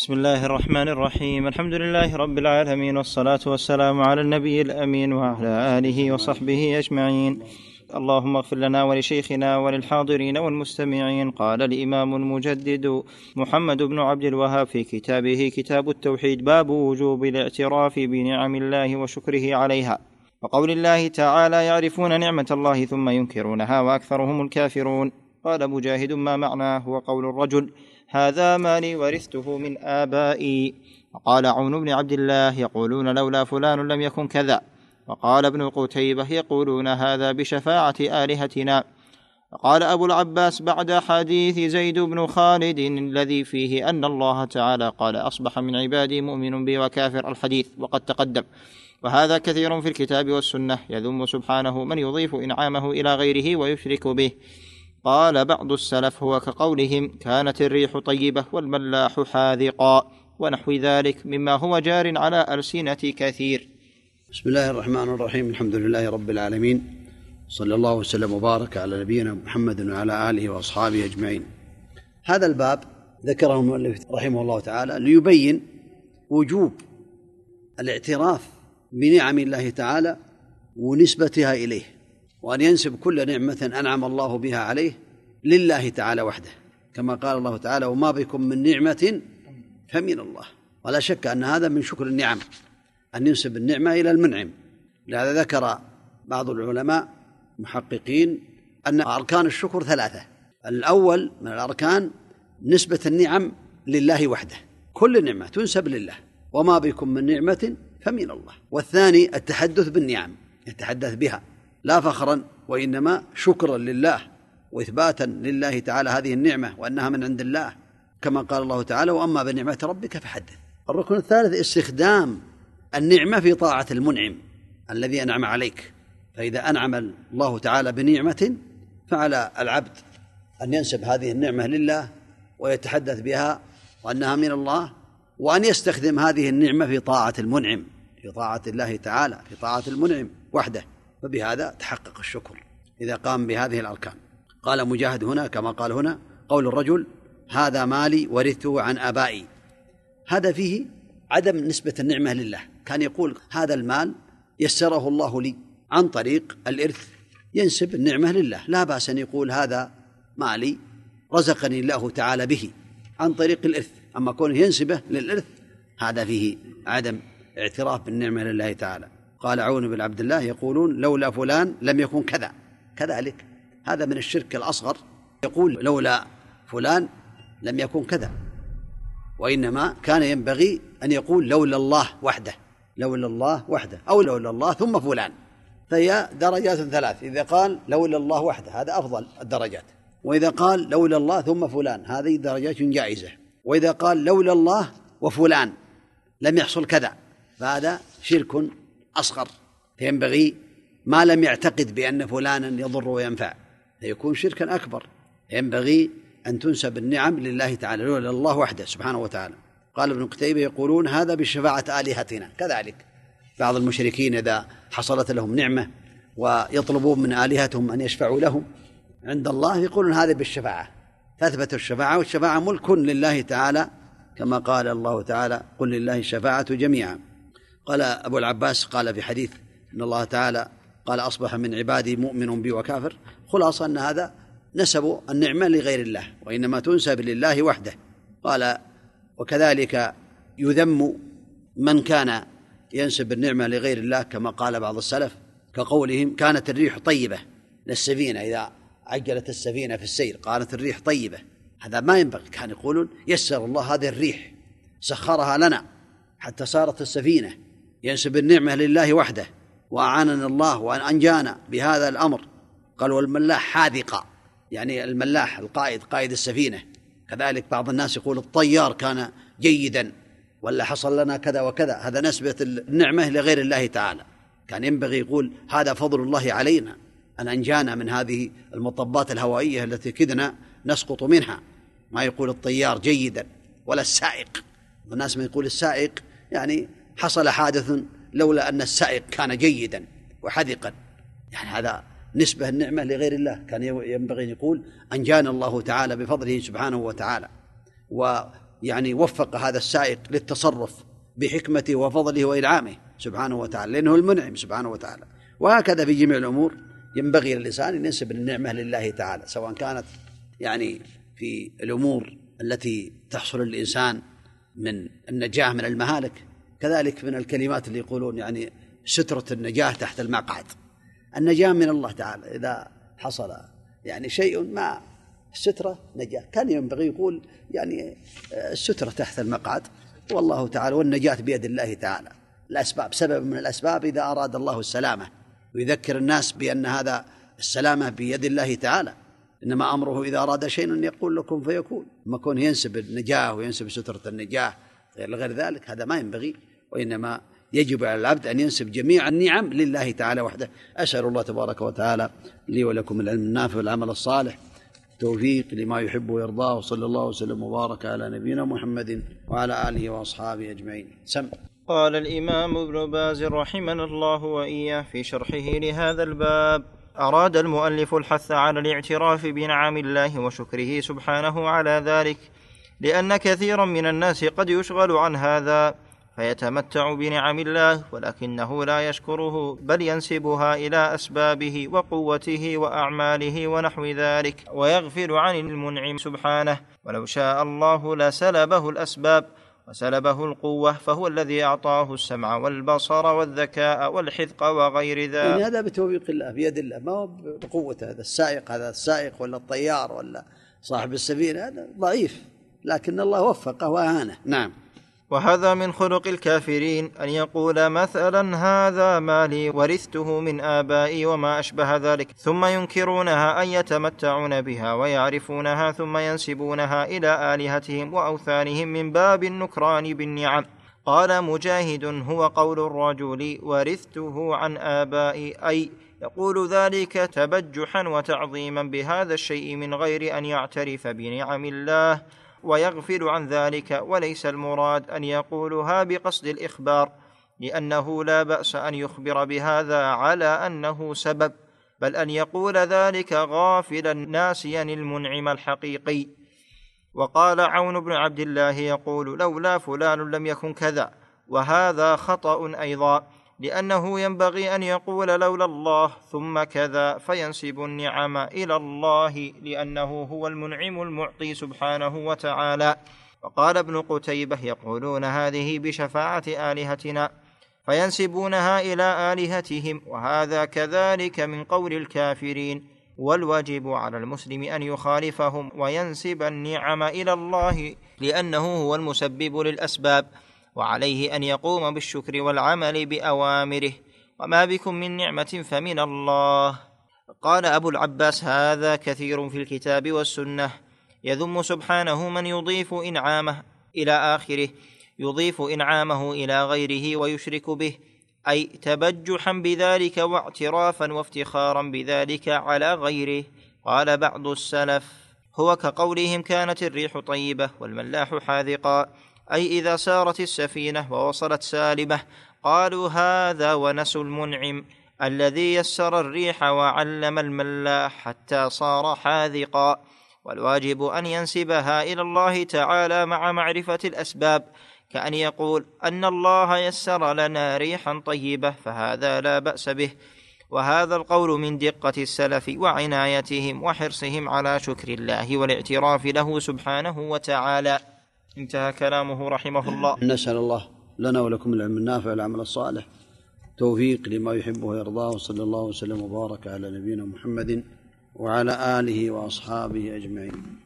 بسم الله الرحمن الرحيم. الحمد لله رب العالمين، والصلاة والسلام على النبي الأمين وعلى آله وصحبه أجمعين. اللهم اغفر لنا ولشيخنا وللحاضرين والمستمعين. قال الإمام المجدد محمد بن عبد الوهاب في كتابه كتاب التوحيد: باب وجوب الاعتراف بنعم الله وشكره عليها، وقول الله تعالى: يعرفون نعمة الله ثم ينكرونها وأكثرهم الكافرون. قال مجاهد: ما معناه؟ هو قول الرجل: هذا مالي ورثته من آبائي. وقال عون بن عبد الله: يقولون لولا فلان لم يكن كذا. وقال ابن قتيبة: يقولون هذا بشفاعة آلهتنا. وقال أبو العباس بعد حديث زيد بن خالد الذي فيه أن الله تعالى قال: أصبح من عبادي مؤمن بي وكافر، الحديث وقد تقدم. وهذا كثير في الكتاب والسنة، يذم سبحانه من يضيف إنعامه إلى غيره ويشرك به. قال بعض السلف: هو كقولهم: كانت الريح طيبة والملاح حاذقا، ونحو ذلك مما هو جار على ألسنة كثير. بسم الله الرحمن الرحيم. الحمد لله رب العالمين، صلى الله وسلم وبارك على نبينا محمد وعلى آله وأصحابه أجمعين. هذا الباب ذكره المؤلف رحمه الله تعالى ليبين وجوب الاعتراف بنعم الله تعالى ونسبتها إليه، وأن ينسب كل نعمة أنعم الله بها عليه لله تعالى وحده، كما قال الله تعالى: وما بكم من نعمة فمن الله. ولا شك أن هذا من شكر النعم، أن ينسب النعمة إلى المنعم. لهذا ذكر بعض العلماء محققين أن أركان الشكر ثلاثة. الأول من الأركان نسبة النعم لله وحده، كل نعمة تنسب لله، وما بكم من نعمة فمن الله. والثاني التحدث بالنعم، يتحدث بها لا فخرا وإنما شكرا لله وإثباتا لله تعالى هذه النعمة وأنها من عند الله، كما قال الله تعالى: وأما بنعمة ربك فحدث. الركن الثالث استخدام النعمة في طاعة المنعم الذي أنعم عليك. فإذا أنعم الله تعالى بنعمة فعلى العبد أن ينسب هذه النعمة لله ويتحدث بها وأنها من الله، وأن يستخدم هذه النعمة في طاعة المنعم، في طاعة الله تعالى، في طاعة المنعم وحده. فبهذا تحقق الشكر إذا قام بهذه الأركان. قال مجاهد هنا كما قال هنا: قول الرجل: هذا مالي ورثته عن آبائي. هذا فيه عدم نسبة النعمة لله. كان يقول: هذا المال يسره الله لي عن طريق الإرث، ينسب النعمة لله. لا بأس أن يقول: هذا مالي رزقني الله تعالى به عن طريق الإرث. أما كونه ينسبه للإرث هذا فيه عدم اعتراف بالنعمة لله تعالى. قال عون بن عبد الله: يقولون لولا فلان لم يكن كذا. كذلك هذا من الشرك الأصغر، يقول لولا فلان لم يكن كذا، وإنما كان ينبغي أن يقول لولا الله وحده، لولا الله وحده، أو لولا الله ثم فلان. فهي درجات ثلاث: إذا قال لولا الله وحده هذا أفضل الدرجات، وإذا قال لولا الله ثم فلان هذه درجات جائزة، وإذا قال لولا الله وفلان لم يحصل كذا فهذا شرك أصغر، فينبغي ما لم يعتقد بأن فلانا يضر وينفع فيكون شركا أكبر. ينبغي أن تنسب النعم لله تعالى لولا الله وحده سبحانه وتعالى. قال ابن قتيبة: يقولون هذا بشفاعة آلهتنا. كذلك بعض المشركين إذا حصلت لهم نعمة ويطلبون من آلهتهم أن يشفعوا لهم عند الله يقولون هذا بالشفاعة، فأثبتوا الشفاعة، والشفاعة ملك لله تعالى، كما قال الله تعالى: قل لله الشفاعة جميعا. قال أبو العباس قال في حديث أن الله تعالى قال: أصبح من عبادي مؤمن بي وكافر. خلاصة أن هذا نسبوا النعمة لغير الله، وإنما تنسب لله وحده. قال: وكذلك يذم من كان ينسب النعمة لغير الله، كما قال بعض السلف كقولهم: كانت الريح طيبة للسفينة، إذا عجلت السفينة في السير قالت الريح طيبة. هذا ما ينبغي. كان يقولون: يسر الله هذه الريح، سخرها لنا حتى صارت السفينة. ينسب النعمة لله وحده، وأعاننا الله وأن أنجانا بهذا الأمر. قال: والملاح حاذقا، يعني الملاح القائد، قائد السفينة. كذلك بعض الناس يقول الطيار كان جيدا، ولا حصل لنا كذا وكذا. هذا نسبة النعمة لغير الله تعالى. كان ينبغي يقول: هذا فضل الله علينا أن أنجانا من هذه المطبات الهوائية التي كدنا نسقط منها. ما يقول الطيار جيدا ولا السائق. الناس ما يقول السائق يعني حصل حادث لولا أن السائق كان جيدا وحذقا، يعني هذا نسبة النعمة لغير الله. كان ينبغي أن يقول: أنجانا الله تعالى بفضله سبحانه وتعالى. يعني وفق هذا السائق للتصرف بحكمته وفضله وإنعامه سبحانه وتعالى، لأنه المنعم سبحانه وتعالى. وهكذا في جميع الأمور ينبغي للإنسان أن ينسب النعمة لله تعالى، سواء كانت يعني في الأمور التي تحصل للإنسان من النجاة من المهالك، كذلك من الكلمات اللي يقولون يعني سترة النجاة تحت المقعد. النجاة من الله تعالى، إذا حصل يعني شيء ما السترة نجاة، كان ينبغي يقول يعني السترة تحت المقعد والله تعالى، والنجاة بيد الله تعالى. الأسباب سبب من الأسباب إذا أراد الله السلامة، ويذكر الناس بأن هذا السلامة بيد الله تعالى، إنما أمره إذا أراد شيء أن يقول لكم فيكون. ما كون ينسب النجاة وينسب سترة النجاة غير ذلك، هذا ما ينبغي، وإنما يجب على العبد أن ينسب جميع النعم لله تعالى وحده. أسأل الله تبارك وتعالى لي ولكم العلم النافع والعمل الصالح، توفيق لما يحب ويرضاه، وصلى الله وسلم وبارك على نبينا محمد وعلى آله وأصحابه أجمعين. قال الإمام ابن باز رحمنا الله وإياه في شرحه لهذا الباب: أراد المؤلف الحث على الاعتراف بنعم الله وشكره سبحانه على ذلك، لأن كثيرا من الناس قد يشغل عن هذا فيتمتع بنعم الله ولكنه لا يشكره، بل ينسبها إلى أسبابه وقوته وأعماله ونحو ذلك، ويغفل عن المنعم سبحانه. ولو شاء الله لسلبه الأسباب وسلبه القوة، فهو الذي أعطاه السمع والبصر والذكاء والحذق وغير ذلك. يعني هذا بتوفيق الله بيد الله، ما هو بقوة هذا السائق ولا الطيار ولا صاحب السفينة، هذا ضعيف، لكن الله وفقه وأهانه. نعم. وهذا من خلق الكافرين، أن يقول مثلا: هذا مالي ورثته من آبائي وما أشبه ذلك، ثم ينكرونها أن يتمتعون بها ويعرفونها، ثم ينسبونها إلى آلهتهم وأوثانهم من باب النكران بالنعم. قال مجاهد: هو قول الرجل ورثته عن آبائي، أي يقول ذلك تبجحا وتعظيما بهذا الشيء من غير أن يعترف بنعم الله ويغفل عن ذلك. وليس المراد أن يقولها بقصد الإخبار، لأنه لا بأس أن يخبر بهذا على أنه سبب، بل أن يقول ذلك غافلا ناسيا المنعم الحقيقي. وقال عون بن عبد الله يقول: لولا فلان لم يكن كذا، وهذا خطأ أيضا، لأنه ينبغي أن يقول لولا الله ثم كذا، فينسب النعم إلى الله، لأنه هو المنعم المعطي سبحانه وتعالى. وقال ابن قتيبة: يقولون هذه بشفاعة آلهتنا، فينسبونها إلى آلهتهم، وهذا كذلك من قول الكافرين. والواجب على المسلم أن يخالفهم وينسب النعم إلى الله، لأنه هو المسبب للأسباب، وعليه أن يقوم بالشكر والعمل بأوامره. وما بكم من نعمة فمن الله. قال أبو العباس: هذا كثير في الكتاب والسنة، يذم سبحانه من يضيف إنعامه إلى آخره، يضيف إنعامه إلى غيره ويشرك به، أي تبجحا بذلك واعترافا وافتخارا بذلك على غيره. قال بعض السلف: هو كقولهم كانت الريح طيبة والملاح حاذقا، أي إذا سارت السفينة ووصلت سالمة قالوا هذا، ونسوا المنعم الذي يسر الريح وعلم الملاح حتى صار حاذقا. والواجب أن ينسبها إلى الله تعالى مع معرفة الأسباب، كأن يقول أن الله يسر لنا ريحا طيبة، فهذا لا بأس به. وهذا القول من دقة السلف وعنايتهم وحرصهم على شكر الله والاعتراف له سبحانه وتعالى. انتهى كلامه رحمه الله. نسأل الله لنا ولكم العلم النافع والعمل الصالح، توفيق لما يحبه ويرضاه، صلى الله وسلم وبارك على نبينا محمد وعلى آله وأصحابه أجمعين.